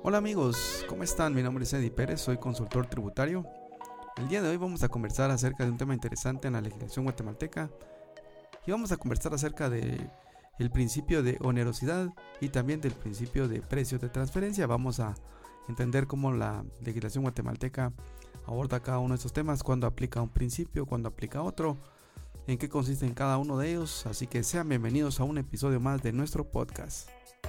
Hola amigos, ¿cómo están? Mi nombre es Eddie Pérez, soy consultor tributario. El día de hoy vamos a conversar acerca de un tema interesante en la legislación guatemalteca y vamos a conversar acerca de el principio de onerosidad y también del principio de precios de transferencia. Vamos a entender cómo la legislación guatemalteca aborda cada uno de estos temas, cuándo aplica un principio, cuándo aplica otro, en qué consiste en cada uno de ellos. Así que sean bienvenidos a un episodio más de nuestro podcast.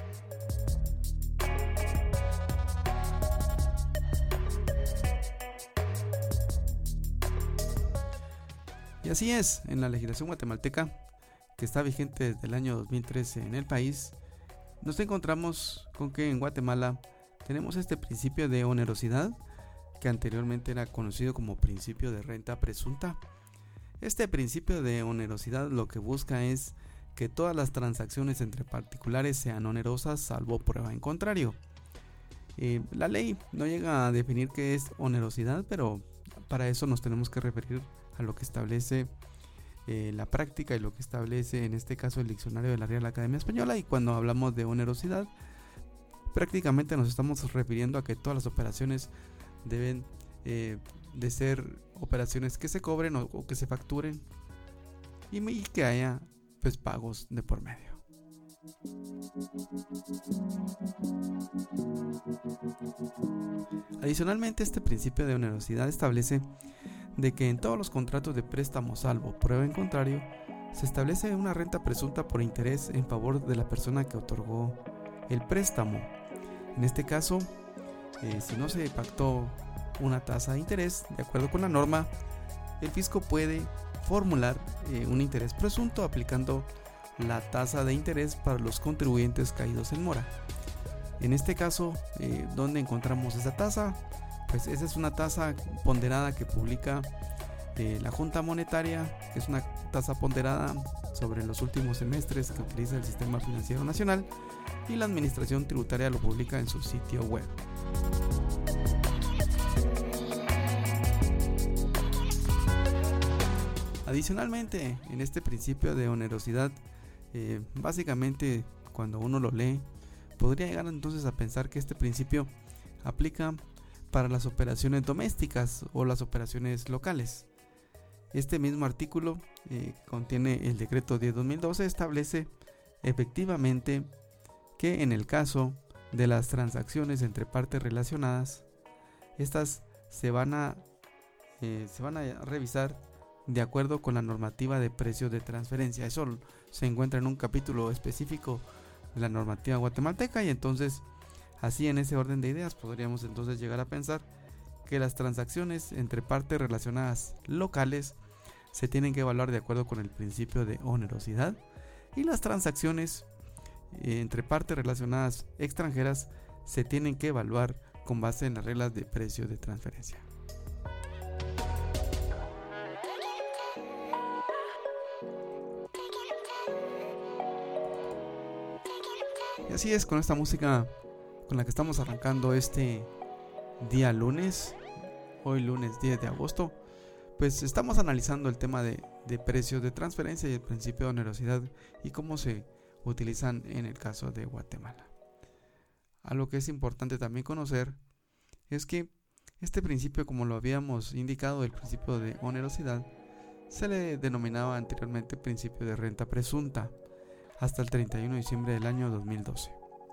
Y así es, en la legislación guatemalteca, que está vigente desde el año 2013 en el país, nos encontramos con que en Guatemala tenemos este principio de onerosidad, que anteriormente era conocido como principio de renta presunta. Este principio de onerosidad lo que busca es que todas las transacciones entre particulares sean onerosas, salvo prueba en contrario. La ley no llega a definir qué es onerosidad, pero para eso nos tenemos que referir a lo que establece la práctica y lo que establece en este caso el diccionario de la Real Academia Española. Y cuando hablamos de onerosidad, prácticamente nos estamos refiriendo a que todas las operaciones deben de ser operaciones que se cobren o que se facturen y que haya pues pagos de por medio. Adicionalmente, este principio de onerosidad establece de que en todos los contratos de préstamo, salvo prueba en contrario, se establece una renta presunta por interés en favor de la persona que otorgó el préstamo. En este caso, si no se pactó una tasa de interés, de acuerdo con la norma, el fisco puede formular un interés presunto aplicando la tasa de interés para los contribuyentes caídos en mora. En este caso, ¿dónde encontramos esa tasa? Pues esa es una tasa ponderada que publica la Junta Monetaria, que es una tasa ponderada sobre los últimos semestres que utiliza el Sistema Financiero Nacional, y la Administración Tributaria lo publica en su sitio web. Adicionalmente, en este principio de onerosidad, básicamente cuando uno lo lee, podría llegar entonces a pensar que este principio aplica para las operaciones domésticas o las operaciones locales. Este mismo artículo contiene el decreto 10/2012, establece efectivamente que en el caso de las transacciones entre partes relacionadas, estas se van a revisar de acuerdo con la normativa de precios de transferencia. Eso se encuentra en un capítulo específico de la normativa guatemalteca, y entonces así, en ese orden de ideas, podríamos entonces llegar a pensar que las transacciones entre partes relacionadas locales se tienen que evaluar de acuerdo con el principio de onerosidad, y las transacciones entre partes relacionadas extranjeras se tienen que evaluar con base en las reglas de precios de transferencia. Y así es, con esta música con la que estamos arrancando este día lunes, hoy lunes 10 de agosto, pues estamos analizando el tema de precios de transferencia y el principio de onerosidad y cómo se utilizan en el caso de Guatemala. Algo que es importante también conocer es que este principio, como lo habíamos indicado, el principio de onerosidad, se le denominaba anteriormente principio de renta presunta hasta el 31 de diciembre del año 2012.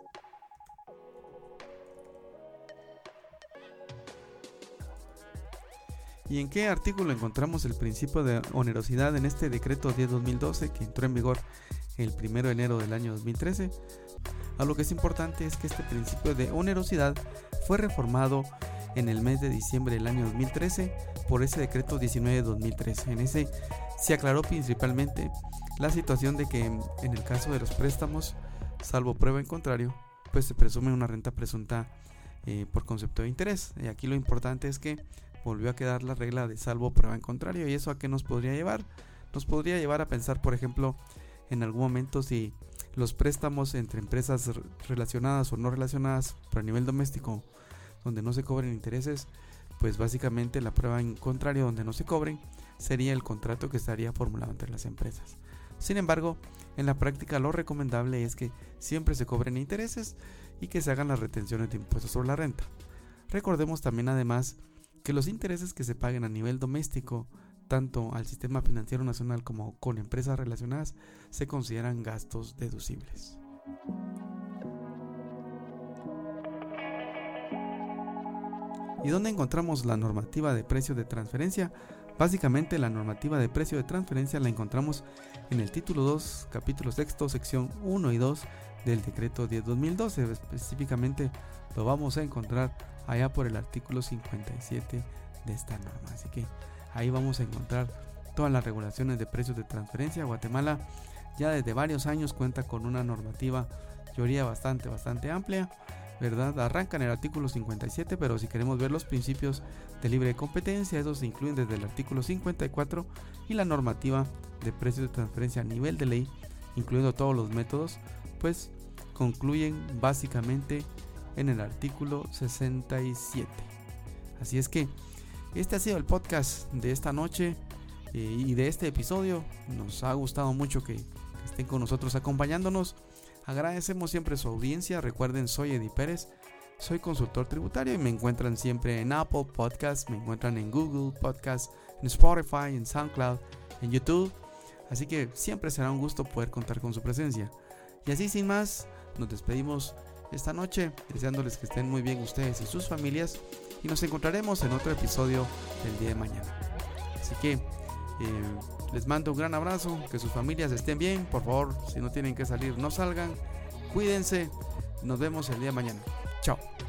¿Y en qué artículo encontramos el principio de onerosidad en este decreto 10/2012 que entró en vigor el 1 de enero del año 2013? A lo que es importante es que este principio de onerosidad fue reformado en el mes de diciembre del año 2013 por ese decreto 19/2013. En ese se aclaró principalmente la situación de que en el caso de los préstamos, salvo prueba en contrario, pues se presume una renta presunta por concepto de interés. Y aquí lo importante es que volvió a quedar la regla de salvo prueba en contrario. ¿Y eso a qué nos podría llevar? Nos podría llevar a pensar, por ejemplo, en algún momento si los préstamos entre empresas relacionadas o no relacionadas por a nivel doméstico, donde no se cobren intereses, pues básicamente la prueba en contrario donde no se cobren sería el contrato que estaría formulado entre las empresas. Sin embargo, en la práctica lo recomendable es que siempre se cobren intereses y que se hagan las retenciones de impuestos sobre la renta. Recordemos también además que los intereses que se paguen a nivel doméstico, tanto al sistema financiero nacional como con empresas relacionadas, se consideran gastos deducibles. ¿Y dónde encontramos la normativa de precio de transferencia? Básicamente la normativa de precio de transferencia la encontramos en el título 2, capítulo 6, sección 1 y 2 del decreto 10/2012. Específicamente lo vamos a encontrar allá por el artículo 57 de esta norma. Así que ahí vamos a encontrar todas las regulaciones de precios de transferencia. Guatemala ya desde varios años cuenta con una normativa, yo diría bastante amplia, ¿verdad? Arranca en el artículo 57, pero si queremos ver los principios de libre competencia, esos se incluyen desde el artículo 54, y la normativa de precios de transferencia a nivel de ley, incluyendo todos los métodos, pues concluyen básicamente en el artículo 67. Así es que este ha sido el podcast de esta noche y de este episodio. Nos ha gustado mucho que estén con nosotros acompañándonos. Agradecemos siempre su audiencia. Recuerden, soy Eddie Pérez, soy consultor tributario y me encuentran siempre en Apple Podcasts, me encuentran en Google Podcasts, en Spotify, en SoundCloud, en YouTube. Así que siempre será un gusto poder contar con su presencia. Y así sin más, nos despedimos esta noche, deseándoles que estén muy bien ustedes y sus familias, y nos encontraremos en otro episodio el día de mañana. Así que les mando un gran abrazo, que sus familias estén bien. Por favor, si no tienen que salir, no salgan, cuídense. Nos vemos el día de mañana. Chao.